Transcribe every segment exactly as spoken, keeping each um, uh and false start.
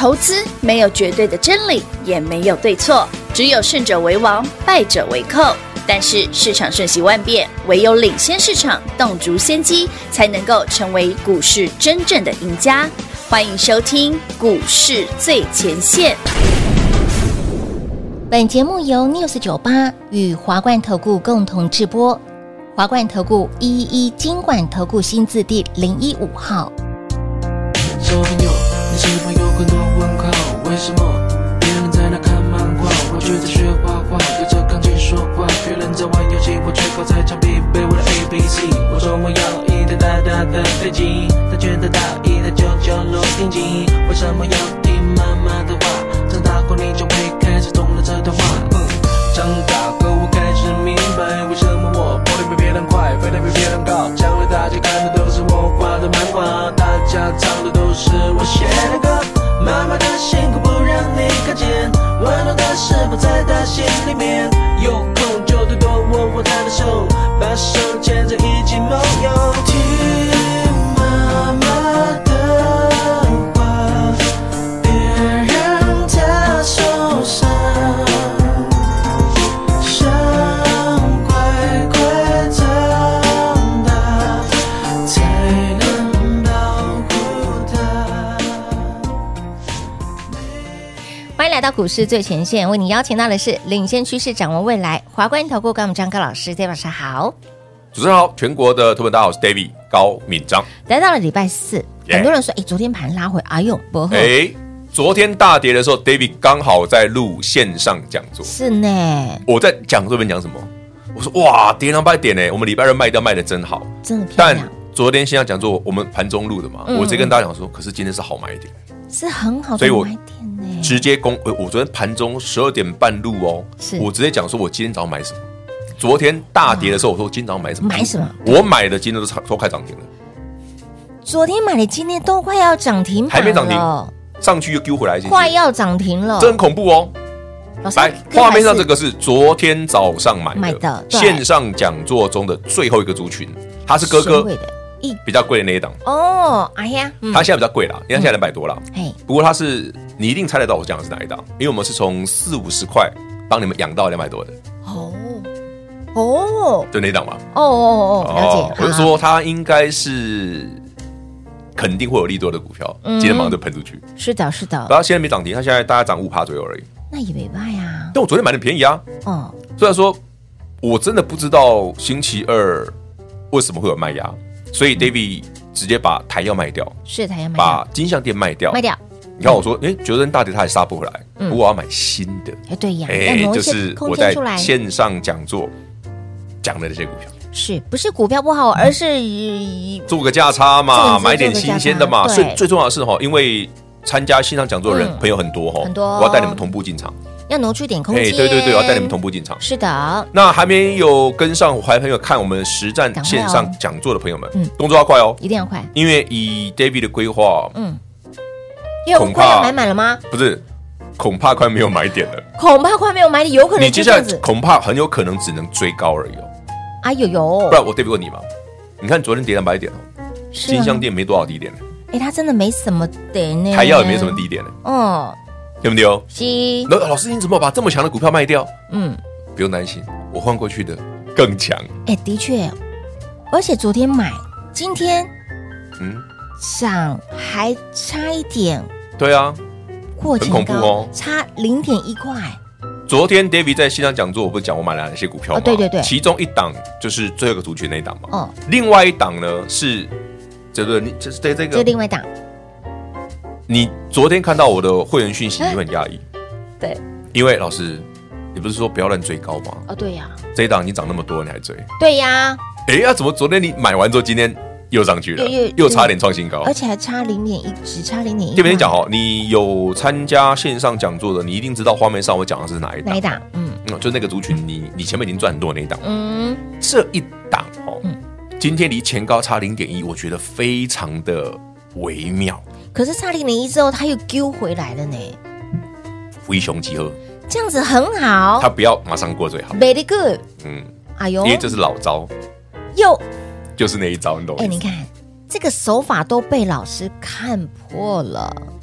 投资没有绝对的真理，也没有对错，只有胜者为王，败者为寇。但是市场瞬息万变，唯有领先市场，洞烛先机，才能够成为股市真正的赢家。欢迎收听股市最前线。 本节目由 News 九十八与华冠投顾共同制播，华冠投顾一一一金管投顾新字第零一五号。 小朋友，你是否有很多问号？为什么别人在那看漫画，我却在学画画，对着钢琴说话？别人在玩游戏，我却靠在墙壁背我的 A B C。我说我要一台大大的飞机，他却得到一台九九螺钉机。为什么要听妈妈的话？长大后你就会开始懂了这段话。嗯，长大后我开始明白，为什么我跑得比别人快，飞得比别人高。将来大家看的都是我画的漫画，大家唱的都是我写的歌。妈妈的辛苦不让你看见，温暖的是否在她心里面？有空就多多握握她的手，把手牵着一起梦游。听妈妈的话，别让她受伤，想快快长大，才能保护她。 欢迎来到股市最前线，为你邀请到的是领先趋势、掌握未来华冠投顾高敏章高老师，大家晚上好。 主持人好，全国的投资大家好，我是 David 高敏章。 来到了礼拜四， Yeah 很多人说，哎，昨天盘拉回，哎呦，不好， 哎，昨天大跌的时候 ，David 刚好在录线上讲座。 是呢， 我在讲座里面讲什么？我说哇，跌两百点呢，我们礼拜二卖掉卖的真好， 真的漂但亮， 昨天线上讲座我们盘中录的嘛， 嗯我直接跟大家讲说，可是今天是好买点， 是很好所以我的买点呢。 直接公，我昨天盘中十二点半录哦， 是我直接讲说我今天早上买什么。昨天大跌的时候，我说今天早上买什么？ 买什么？ 我买的今天都都快涨停了， 昨天买的，今天都快要涨停板了， 还没涨停上去又丢回来进去， 快要涨停了， 这很恐怖哦。 老师来，画面上这个是昨天早上买的， 买的对线上讲座中的最后一个族群，它是哥哥神贵的一比较贵的那一档， 哦，哎呀，嗯它现在比较贵啦，因为它现在两百多啦。 嘿， 不过它是你一定猜得到我讲的是哪一档，因为我们是从四五十块帮你们养到两百多的， 哦哦就那一档嘛。 哦哦哦，了解， 我就说它应该是肯定会有利多的股票， 嗯今天马上就喷出去。 是的，是的然，后现在没涨停，它现在大概涨五趴左右而已。 那也没办呀， 但我昨天买的便宜啊， 哦， 虽然说我真的不知道星期二为什么会有卖压，所以 David 直接把台药卖掉， 是台要买把金像店卖掉。 卖掉， 你看我说，哎，九天大跌它还杀不回来， 嗯不过我要买新的。 哎，对呀，要哎， 挪一些就是空我在间出来， 线上讲座讲的那些股票， 是不是股票不好，而是做个价差嘛， 这个是买点新鲜的嘛。 做个价差对所以最重要的是哈，因为参加线上讲座的人嗯朋友很多哈， 很多我要带你们同步进场。 要挪出点空哎， 间， 对对对，我要带你们同步进场。 是的， 那还没有跟上还朋友看我们实战赶快哦线上讲座的朋友们， 嗯动作要快哦， 一定要快， 因为以 David 的规划， 嗯，因为我恐怕快要买满了吗？ 不是，恐怕快没有买点了。 恐怕快没有买的，有可能你接下来就这样子， 恐怕很有可能只能追高而已哦。 哎呦呦不，然我 David 问你嘛，你看昨天跌两百点哦， 是啊金项店没多少低点呢， 哎，它真的没什么点呢， 台药也没什么低点呢， 哦， 对不对哦？ 是， 那老师你怎么把这么强的股票卖掉？ 嗯， 不用担心，我换过去的更强。 哎，的确，而且昨天买，今天嗯， 涨还差一点对啊， 过前很恐怖高哦， 差零点一块， 昨天 David 在线上讲座，我不是讲我买了哪些股票吗？ 哦对对对其中一档就是最后一个族群那一档嘛。 哦， 另外一档呢是，这个你这是对这个， 这另外一档， 你昨天看到我的会员讯息，你会很压抑， 对， 因为老师，你不是说不要乱追高吗？ 哦，对呀， 这一档已经涨那么多，你还追？ 对呀， 哎呀，怎么昨天你买完之后，今天又上去了， 又又又差点创新高而？且还差零点一，只差零点一。 这边讲哦，你有参加线上讲座的，你一定知道画面上我讲的是哪一档。 哪一档？嗯嗯，就是那个族群，你你前面已经赚很多的那一档。 嗯， 这一档哦， 嗯今天离前高差零点一，我觉得非常的微妙。 可是差零点一之后，它又丢回来了呢， 微熊集合， 这样子很好它不要马上过最好。 ，very good。 嗯， 哎呦因，为这是老招， 又就是那一招，你懂吗？ 哎，你看这个手法都被老师看破了，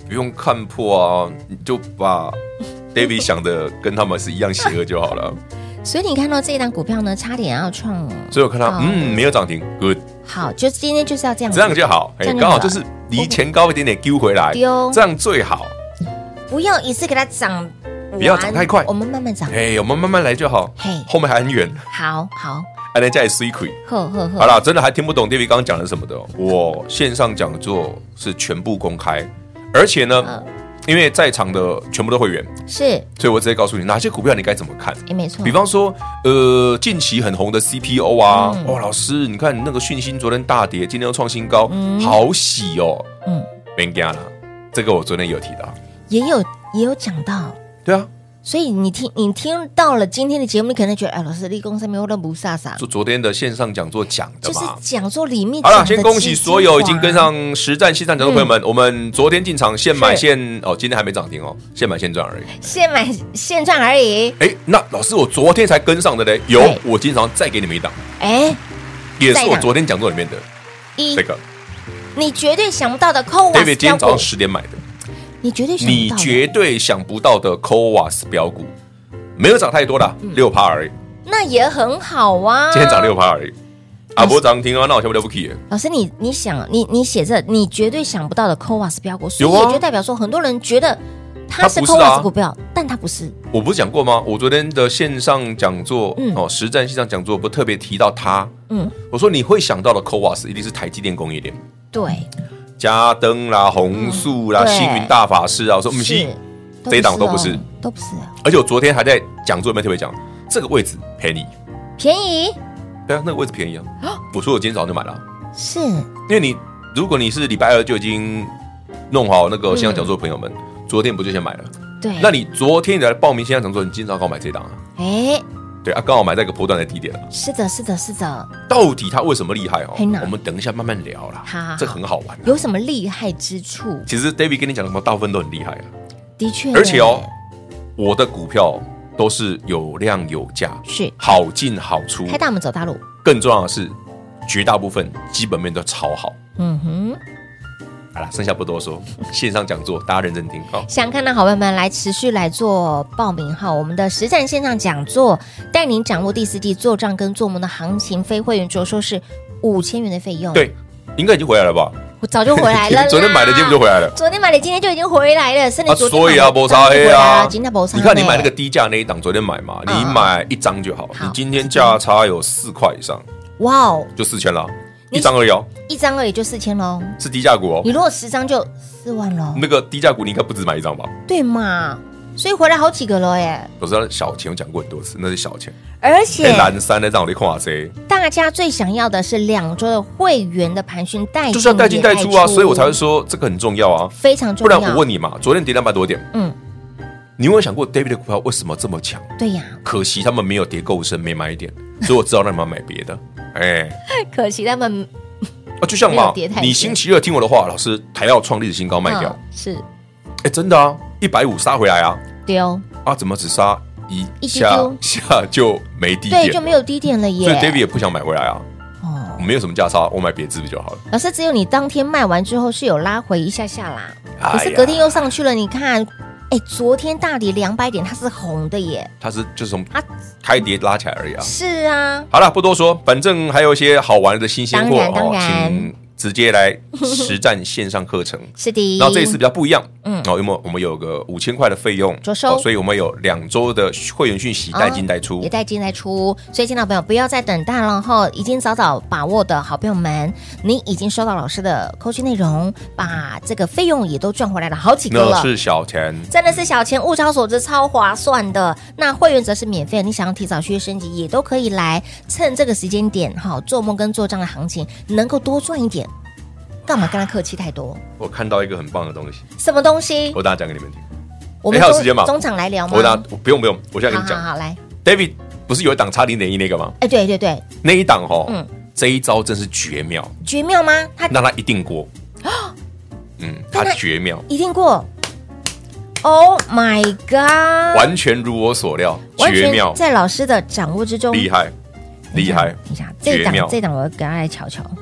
不用看破啊，你就把 David 想的跟他们是一样邪恶就好了。 所以你看到这一档股票呢，差点要创， 所以我看到嗯没有涨停 ，good， 好，就是今天就是要这样子， 这样就好，哎，刚好就是离前高一点点丢回来，这样最好。 不要一次给它涨， 不要涨太快， 我们慢慢涨， 哎，我们慢慢来就好， 嘿， 后面还很远。 好好， 还能再水亏， 呵呵呵。 好啦，真的还听不懂 David 刚刚讲的什么的、哦。我线上讲座是全部公开，而且呢，嗯、因为在场的全部都会员， 是， 所以我直接告诉你哪些股票你该怎么看。 哎，没错。 比方说，呃，近期很红的 C P O 啊，嗯、哦，老师，你看那个讯芯昨天大跌，今天又创新高，嗯、好喜哦。嗯，别惊了，这个我昨天也有提到， 也有也有讲到。 对啊。 所以你听，你听到了今天的节目，你可能觉得，哎，老师立功上面我都不傻傻。 就昨天的线上讲座讲的嘛， 就是讲座里面。 好了，先恭喜所有已经跟上实战线上讲座的朋友们，嗯、我们昨天进场现买现哦，今天还没涨停哦，现买现赚而已。 现买现赚而已。 哎，那老师，我昨天才跟上的嘞，有，我经常再给你们一档， 哎， 也是我昨天讲座里面的一这个， 你绝对想不到的 C O A S ，David 今天早上十点买的。 你绝对想你绝对想不到的 C O A S 标股，没有涨太多的，六趴而已， 那也很好啊。 今天涨六趴而已，啊，不涨停啊，那我全部都不 key。 老师，你你想，你你写着你绝对想不到的 C O A S 标股，所以也就代表说，很多人觉得它是 C O A S 股票，但它不是。 我不是讲过吗？我昨天的线上讲座，哦，实战线上讲座，不特别提到它。嗯，我说你会想到的 C O A S 一定是台积电工业链。 对。 嘉登啦、弘塑啦、星云大法师啊，我说不是，这一档都不是， 都不是。 而且我昨天还在讲座里面特别讲，这个位置便宜， 便宜。 对啊，那个位置便宜啊。我说我今天早上就买了， 是因为你如果你是礼拜二就已经弄好那个线上讲座的朋友们，昨天不就先买了？ 对。 那你昨天你来报名线上讲座，你今早刚买这档啊？哎。对啊，刚好买在一个波段的低点了。 是的，是的，是的。 到底它为什么厉害哦？我们等一下慢慢聊啦。好，这很好玩。 有什么厉害之处？ 其实 David 跟你讲的什么，大部分都很厉害啊。 的确。 而且哦，我的股票都是有量有价， 是好进好出， 开大门走大路。 更重要的是，绝大部分基本面都超好。嗯哼。好了，剩下不多说，线上讲座大家认真听好。 想看到好朋友们来持续来做报名哈，我们的实战线上讲座，带您掌握第四季做账跟做梦的行情，非会员着收是五千元的费用。 对，应该已经回来了吧？ 我早就回来了， 昨天买的今天就回来了， 昨天买的今天就已经回来了，甚至昨天所以啊，没差黑啊， 今天没差。 你看你买那个低价那一档，昨天买嘛，你买一张就好，你今天价差有四块以上，哇哦，就四千了。一张而已哦， 一张而已就四千喽， 是低价股哦。 你如果十张就四万喽。 那个低价股你应该不止买一张吧？ 对嘛，所以回来好几个了耶。 我知道小钱，我讲过很多次，那是小钱。 而且蓝山那张我得看谁。 大家最想要的是两周的会员的盘讯带进， 就是要带进带出啊，所以我才会说这个很重要啊， 非常重要。 不然我问你嘛，昨天跌两百多点，嗯，你有没有想过 David 的股票为什么这么强？ 对呀， 可惜他们没有跌够深，没买一点，所以我只好让你们买别的。哎， 可惜他们。 啊，就像嘛，你星期二听我的话，老师台要创历史新高卖掉， 是， 哎，真的啊，一百五杀回来啊， 对哦， 啊，怎么只杀一下下就没低点， 对，就没有低点了耶， 所以 David 也不想买回来啊，哦，我没有什么价差，我买别支不就好了？ 老师，只有你当天卖完之后是有拉回一下下啦，可是隔天又上去了，你看。哎，昨天大跌两百点，它是红的耶。 它是就是从它开跌拉起来而已啊。 是啊。 好了，不多说，反正还有一些好玩的新鲜货哦， 请直接来实战线上课程。 是的。 然后这一次比较不一样，嗯，哦，因为我们有个五千块的费用着收， 所以我们有两周的会员讯息带进带出， 也带进带出。所以，亲爱的朋友，不要再等待了哈！已经早早把握的好朋友们，你已经收到老师的扣讯内容，把这个费用也都赚回来了好几个了， 那是小钱， 真的是小钱，物超所值，超划算的。那会员则是免费，你想要提早续约升级，也都可以来趁这个时间点哈，做梦跟做账的行情能够多赚一点。干嘛跟他客气太多？ 我看到一个很棒的东西。 什么东西？ 我等下讲给你们听。 我们还有时间吗？中场来聊吗？ 我等下不用不用，我现在跟你讲。 好，好，好来。 David 不是有一档差零点一那个吗？ 哎，对对对， 那一档哦，嗯，这一招真是绝妙。 绝妙吗？ 他让他一定过。嗯，他绝妙， 一定过。Oh my god！ 完全如我所料，绝妙， 在老师的掌握之中， 厉害，厉害。 等一下，这档这档我要给他来瞧瞧。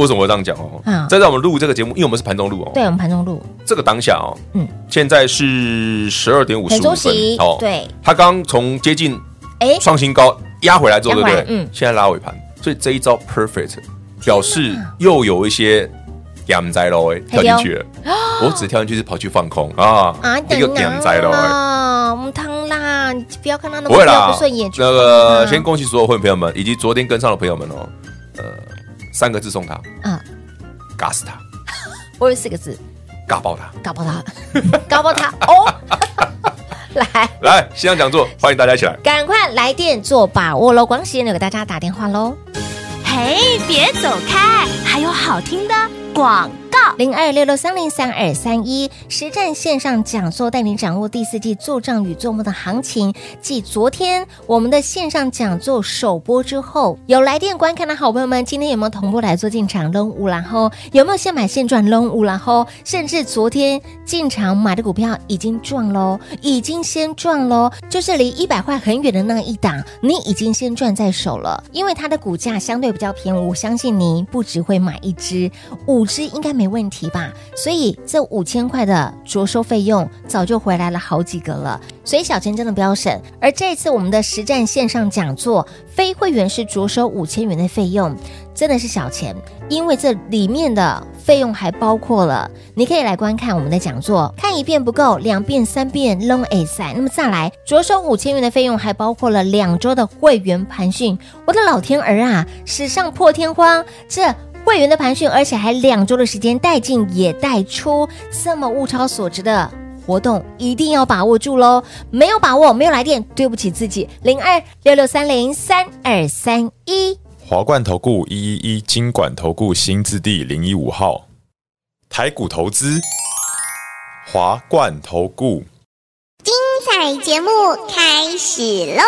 为什么我这样讲哦？ 嗯在在我们录这个节目，因为我们是盘中录哦。 对，我们盘中录， 这个当下哦， 嗯， 现在是十二点五十很周五分息哦。 对， 它刚从接近哎， 创新高压回来之后，对不对？ 压回来嗯现在拉尾盘，所以这一招 perfect， 表示又有一些减灾喽，哎，跳进去了。我只跳进去是跑去放空啊， 啊， 一个减灾喽，哎。 啊，我们汤啦，你不要看他那么不会啦不顺眼， 那个先恭喜所有会员朋友们，以及昨天跟上的朋友们哦。呃，三个字送他， 啊， 嘎死他， 我有四个字， 嘎爆他。 搞爆他，搞爆他哦！来来，线上讲座，欢迎大家一起来。 赶快来电做把握喽！广喜也有给大家打电话喽， 嘿，别走开，还有好听的广告。 零二六六三零三二三一实战线上讲座，带你掌握第四季做账与做梦的行情。继昨天我们的线上讲座首播之后，有来电观看的好朋友们，今天有没有同步来做进场扔五然后有没有现买现赚扔五然后甚至昨天进场买的股票已经赚喽，已经先赚喽，就是离一百块很远的那一档，你已经先赚在手了，因为它的股价相对比较便宜，我相信您不只会买一只，五只应该没问题吧？所以这五千块的着收费用早就回来了好几个了，所以小钱真的不要省。而这次我们的实战线上讲座，非会员是着收五千元的费用，真的是小钱，因为这里面的费用还包括了，你可以来观看我们的讲座，看一遍不够，两遍三遍拢会赛。那么再来着收五千元的费用，还包括了两周的会员盘训。我的老天儿啊，史上破天荒，这会员的盘训，而且还两周的时间带进也带出，这么物超所值的活动，一定要把握住喽！没有把握，没有来电，对不起自己。零二六六三零三二三一。 华冠投顾一一一金管投顾新字第零一五号，台股投资，华冠投顾。 彩节目开始喽！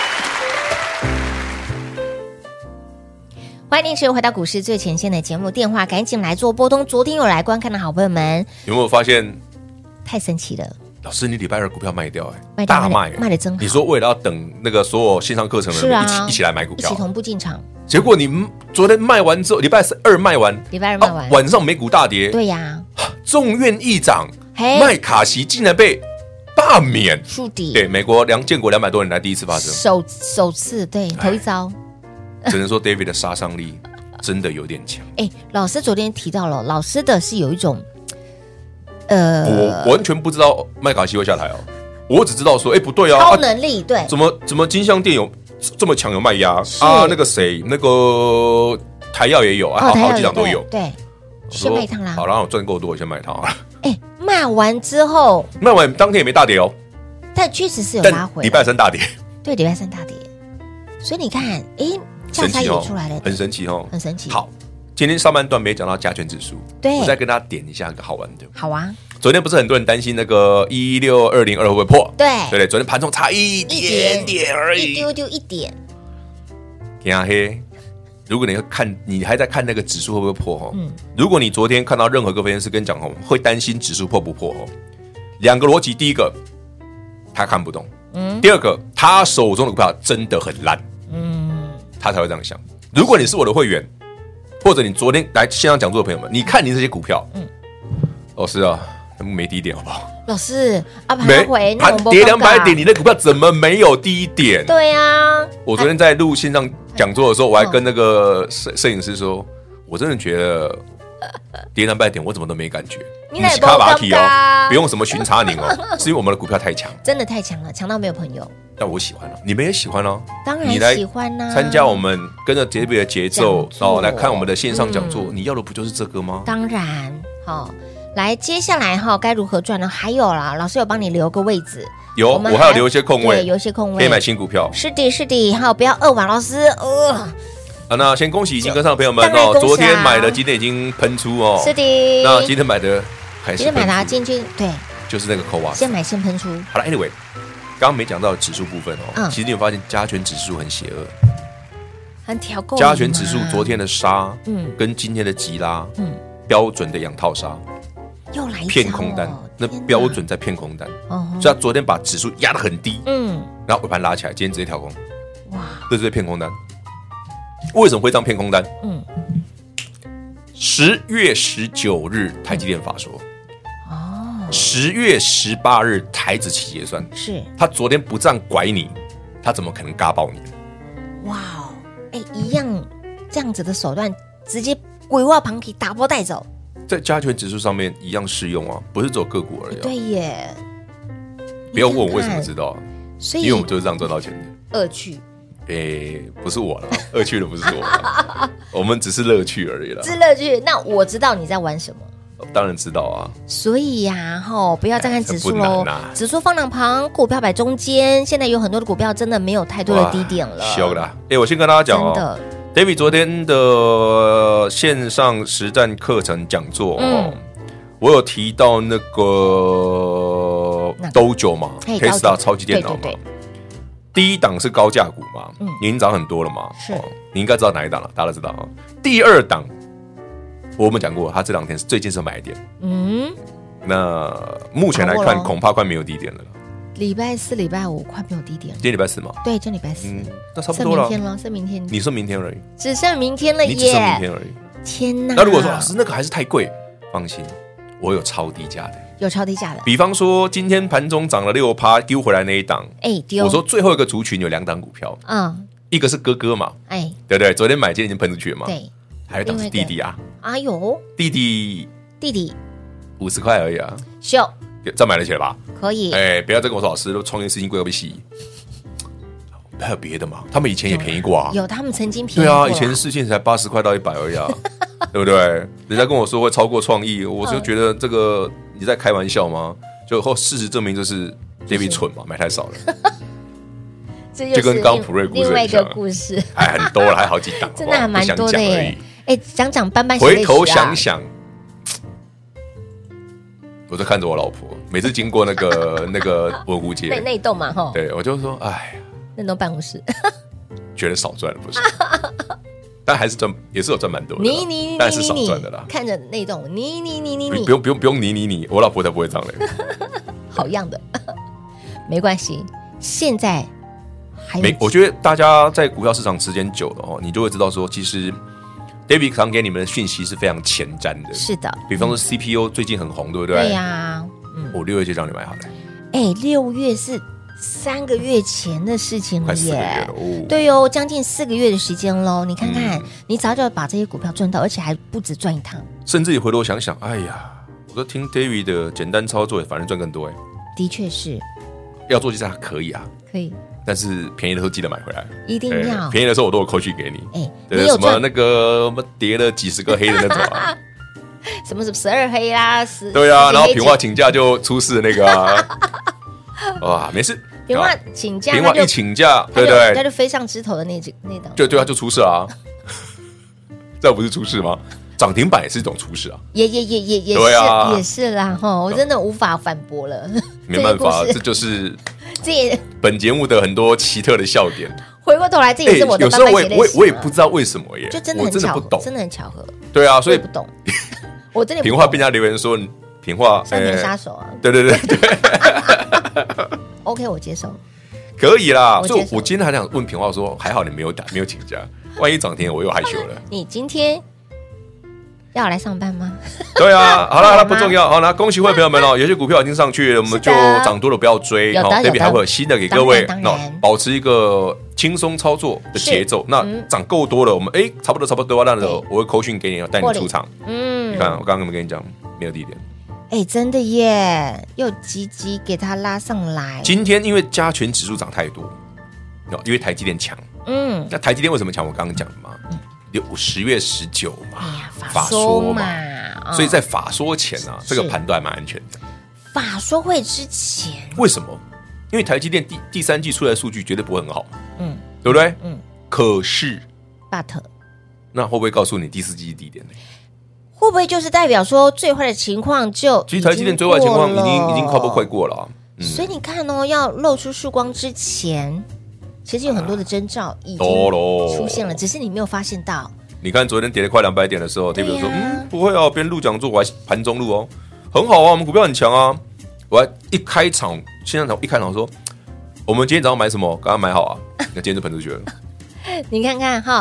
欢迎您持续回到股市最前线的节目，电话赶紧来做拨通。昨天有来观看的好朋友们， 有没有发现， 太神奇了！ 老师，你礼拜二股票卖掉哎、 卖掉大卖、 卖得真好你说为了要等那个所有线上课程的人们一起、 是啊一起来买股票一起，同步进场， 结果你昨天卖完之后，礼拜二卖完， 礼拜二卖完， 啊晚上美股大跌， 对呀， 众院议长嘿麦卡锡竟然被罢免。 触底， 对，美国两建国两百多年来第一次发生， 首首次对头一遭。 只能说 David 的杀伤力真的有点强。 哎，老师昨天提到了，老师的是有一种，呃， 我完全不知道麦卡锡会下台哦，我只知道说，哎，不对啊， 超啊能力，对， 怎么怎么金项店有这么强有卖压是啊？那个谁，那个台药也有啊，好哦台好几档都有。 对， 我先卖一趟啦。 好，然后我赚够多，我先卖一趟好了。 哎，卖完之后， 卖完当天也没大跌哦， 但确实是有拉但回， 礼拜三大跌， 对，礼拜三大跌，所以你看，哎，价差也神奇哦出来了， 很神奇哦， 很神奇。， 好，今天上半段没讲到加权指数， 对我再跟大家点一下一个好玩的。 好啊， 昨天不是很多人担心那个一六二零二会不会破？ 对对不对？昨天盘中差一一点点而已， 一丢丢一点， 天黑。如果你要看，你还在看那个指数会不会破哦？ 嗯如果你昨天看到任何个分析师跟你讲哦，会担心指数破不破哦？两个逻辑，第一个他看不懂， 嗯第二个他手中的股票真的很烂， 嗯， 他才会这样想。如果你是我的会员，或者你昨天来线上讲座的朋友们，你看你这些股票，嗯，老师啊，能不能没低点好不好？ 老师啊，盘没回盘跌两百点，你的股票怎么没有低点？ 对啊， 我昨天在录线上讲座的时候，我还跟那个摄摄影师说，我真的觉得跌两百点我怎么都没感觉。 你哪是卡巴提没感哦， 觉不用什么巡查您哦，是因为我们的股票太强， 真的太强了，强到没有朋友。 但我喜欢了，你们也喜欢哦。 当然你来喜欢呐参加我们跟着杰比的节奏讲座哦，来看我们的线上讲座， 嗯你要的不就是这个吗？ 当然，好、来接下来哈、该如何赚呢？还有啦，老师有帮你留个位置， 有， 我们我还有留一些空对， 位， 有一些空位可以买新股票是的，是的，好，不要饿完，老师，呃， 啊。那先恭喜已经跟上的朋友们哦， 当然恭喜啊昨天买的今天已经喷出哦。 是的， 那今天买的还是今天买它喷出进去，对， 就是那个扣袜子。 先买先喷出， 好了 ，anyway，刚刚没讲到指数部分哦， 嗯其实你有发现加权指数很邪恶， 很调够。 加权指数昨天的杀， 嗯跟今天的急拉， 嗯标准的养套杀， 又来一招骗空单哦， 那天哪标准在骗空单， 哦所以他昨天把指数压得很低， 嗯， 然后尾盘拉起来，今天直接跳空， 哇， 这就是骗空单。为什么会这样骗空单？ 嗯， 十月十九日台积电法说，哦，十月十八日台指期结算， 是他昨天不这样拐你，他怎么可能嘎爆你？ 哇哦，哎，一样这样子的手段，直接鬼话旁可以打包带走， 在加权指数上面一样适用啊，不是只有个股而已、啊。 对耶， 不要问我为什么知道、啊， 所以因为我们就是这样赚到钱的。 恶趣。 诶，不是我了，恶趣的不是我啦，我们只是乐趣而已啦。 是乐趣，那我知道你在玩什么。 当然知道啊， 所以呀，吼，不要再看指数喽、 哎这不难啊， 指数放两旁，股票摆中间。现在有很多的股票真的没有太多的低点了， 修啦。哎，我先跟大家讲哦， 真的 ，David 昨天的线上实战课程讲座哦， 嗯我有提到那个那个 Dojo 嘛嘿 ，Tesla Dojo 超级电脑嘛对对对。 第一档是高价股嘛， 嗯已经涨很多了嘛， 是哦你应该知道哪一档了，大家都知道啊。第二档，我们讲过，它这两天是最近是买点， 嗯， 那目前来看， 把握咯恐怕快没有低点了啦。 礼拜四、礼拜五快没有低点了今。天礼拜四嘛， 对，这礼拜四， 嗯，那差不多了。 剩明天了，剩明天， 你剩明天而已， 只剩明天了你只剩明耶！ 天而已。 天哪！ 那如果说老师那个还是太贵，放心，我有超低价的。 有超低价的， 比方说今天盘中涨了六趴，丢回来那一档， 哎丢， 我说最后一个族群有两档股票， 嗯， 一个是哥哥嘛， 哎对不对？昨天买今天已经喷出去了嘛， 对， 还有一档是弟弟啊， 哎呦， 弟弟弟弟五十块而已啊， 秀这样买得起来吧？ 可以， 哎，不要再跟我说老师都创业事情贵到被洗，还有别的嘛？他们以前也便宜过啊， 有他们曾经便宜对啊， 过啦以前事情才八十块到一百而已啊，对不对？人家跟我说会超过创意，我就觉得这个你在开玩笑吗？就后事实证明就是 David 蠢嘛，买太少了， 这就跟刚普瑞故事另外一很像个故事， 哎，很多了，还好几档， 真的还蛮多的耶。哎，讲讲斑斑， 回头想想，我就看着我老婆，每次经过那个那个文湖街那那一栋嘛，哈， 对我就说，哎， 那栋办公室， 觉得少赚了不是？但还是赚，也是有赚蛮多的啦， 你你你但是少你赚的啦。 看着那栋，你你你你不你， 不用不用不用你你你，我老婆才不会这样嘞。 好样的，没关系，现在还有没，我觉得大家在股票市场时间久了哦，你就会知道说，其实 David 常给你们的讯息是非常前瞻的。 是的， 比方说 C P U 最近很红，对不对？ 对呀， 我六月就让你买好了， 哎，六月是三个月前的事情了快四个月耶了。哦。 对哦，将近四个月的时间喽。你看看， 嗯你早就把这些股票赚到，而且还不止赚一趟。 甚至你回头想想，哎呀，我说听 David 的简单操作，反而赚更多哎。 的确是要做其实还可以啊， 可以， 但是便宜的时候记得买回来。 一定要哎。便宜的时候我都有扣去给你。 哎， 对， 你有赚什么那个什么叠了几十个黑的那种啊。 什么什么十二黑啦，十对啊，然后平话话请假就出事的那个啊。哇，没事。 平话啊请假， 平话那就一请假， 他就对不对他？就飞上枝头的那只那档， 就对啊，就出事啊。这不是出事吗？涨停板也是一种出事啊， 也也也也也对啊是也是啦哈，我真的无法反驳了。 没办法，这这个故事就是这也本节目的很多奇特的笑点。 回过头来，这也是我的有时候我也我也斑斑血泪史啊我也不知道为什么耶， 就真的我很巧合， 真的不懂。 真的很巧合， 对啊，所以我也不懂，我真的平话被人家留言说平话山田哎杀手啊对对对对， ，OK，我接受。 可以啦。 我接受所以我今天还想问平话说，还好你没有打没有请假，万一涨停我又害羞了。 你今天要来上班吗？ 对啊，好了好了， 好吗不重要。好了，恭喜会朋友们哦，有些股票已经上去了，我们就涨多了不要追。 有的有的 David 还会有新的给各位， 当然当然那保持一个轻松操作的节奏。那嗯涨够多了，我们哎差不多差不多，那对我会扣讯给你，带你出场。 嗯， 你看，我刚刚有没有跟你讲没有低点？ 哎，真的耶，又积极给它拉上来。 今天因为加权指数涨太多，因为台积电强。 嗯， 那台积电为什么强？我刚刚讲的嘛，有十月十九嘛， 哎呀， 法说说嘛， 嘛， 所以在法说前啊， 是这个盘都还蛮安全的。 法说会之前， 为什么？因为台积电第第三季出来的数据绝对不会很好， 嗯对不对？ 嗯可是 ，but 那会不会告诉你第四季低点呢？ 会不会就是代表说最坏的情况就其实台积电最坏的情况已经已经快不快过了？ 过了啊。嗯所以你看哦，要露出曙光之前，其实有很多的征兆已经多咯出现了，只是你没有发现到。 你看昨天跌了快两百点的时候， 对呀代表说嗯不会啊，别人录讲座我还盘中录哦，很好啊，我们股票很强啊。我还一开场，现在一开场说我们今天早上买什么？刚刚买好啊，那今天就喷出去了。 你看看哈，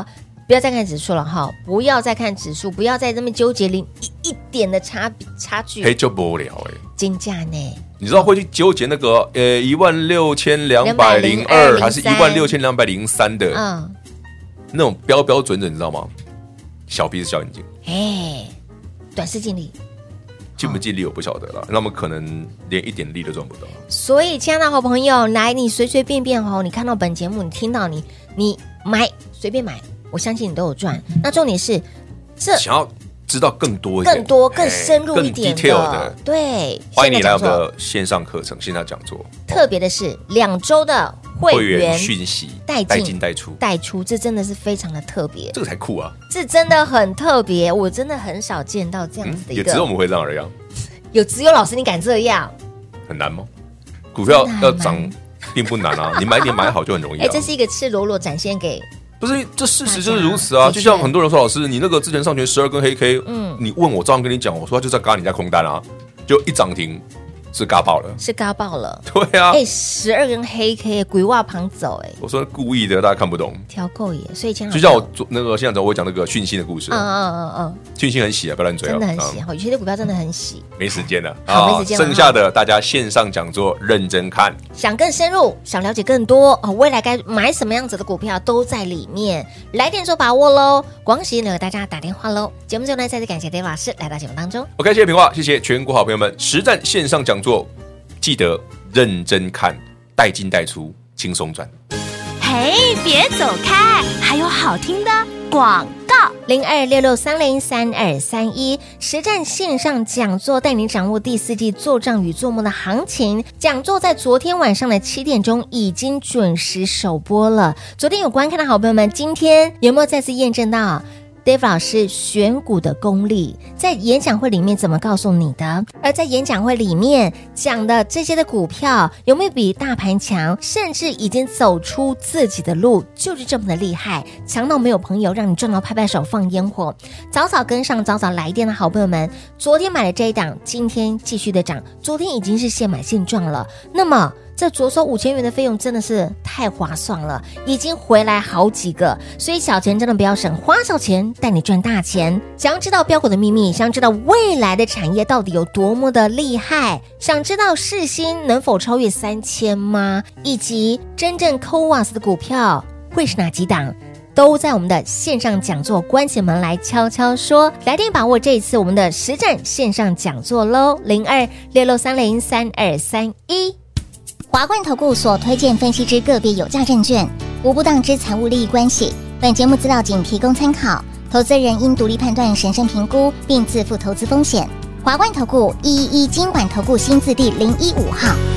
不要再看指数了哈，不要再看指数，不要再这么纠结零一一点的差比差距， 嘿就不了哎， 金价呢？ 你知道会去纠结那个呃一万六千两百零二还是一万六千两百零三的， 嗯， 那种标标准准，你知道吗？小鼻子小眼睛， 哎，短视近利。 尽不尽力我不晓得了，那么可能连一点力都赚不到。 所以，亲爱的好朋友，来，你随随便便哦，你看到本节目，你听到你你买随便买，我相信你都有赚。那重点是，这想要知道更多一点、 更多、更深入一点更 detail 的， 对， 欢迎你来我们的线上课程、线上讲座。 特别的是两周的会员讯息带进带出带出，这真的是非常的特别， 这个才酷啊！ 这真的很特别，我真的很少见到这样子的一个， 嗯、也只有我们会这样而已。 有只有老师你敢这样， 很难吗？股票要涨并不难啊，你买点买好就很容易、啊。 哎，这是一个赤裸裸展现给。 不是，这事实就是如此啊！就像很多人说，老师，你那个之前上权十二根黑 K， 嗯，你问我，照样跟你讲，我说他就在嘎你家空单啊，就一涨停是嘎爆了， 是嘎爆了， 对啊， 哎，十二根黑 K， 鬼袜旁走，哎， 我说故意的，大家看不懂， 调够耶，所以前就像我那个现在我讲那个讯息的故事， 嗯嗯嗯嗯， 讯息很喜啊，不要乱追啊， 真的很喜，有些的股票真的很喜， 没时间了， 好，没时间了， 剩下的大家线上讲座认真看， 想更深入，想了解更多哦，未来该买什么样子的股票都在里面，来电做把握喽！广喜呢，大家打电话喽！节目最后呢，再次感谢 David 老师来到节目当中。 OK， 谢谢平话，谢谢全国好朋友们，实战线上讲座记得认真看，带进带出，轻松赚。 嘿，别走开，还有好听的广告。 零二六六三零三二三一实战线上讲座，带你掌握第四季做账与做梦的行情。讲座在昨天晚上的七点钟已经准时首播了。昨天有观看的好朋友们，今天有没有再次验证到David 老师选股的功力，在演讲会里面怎么告诉你的？而在演讲会里面讲的这些的股票有没有比大盘强，甚至已经走出自己的路，就是这么的厉害，强到没有朋友，让你赚到拍拍手放烟火。早早跟上，早早来电的好朋友们，昨天买了这一档，今天继续的涨，昨天已经是现买现赚了。那么这着收五千元的费用真的是太划算了，已经回来好几个，所以小钱真的不要省，花小钱带你赚大钱。想要知道标股的秘密，想知道未来的产业到底有多么的厉害，想知道世新能否超越三千吗？以及真正 C O A S 的股票会是哪几档？都在我们的线上讲座，关起门来悄悄说，来电把握这一次我们的实战线上讲座喽，零二六六三零三二三一。 华冠投顾所推荐分析之个别有价证券，无不当之财务利益关系。本节目资料仅提供参考，投资人应独立判断、审慎评估，并自负投资风险。华冠投顾一一一金管投顾新字第零一五号。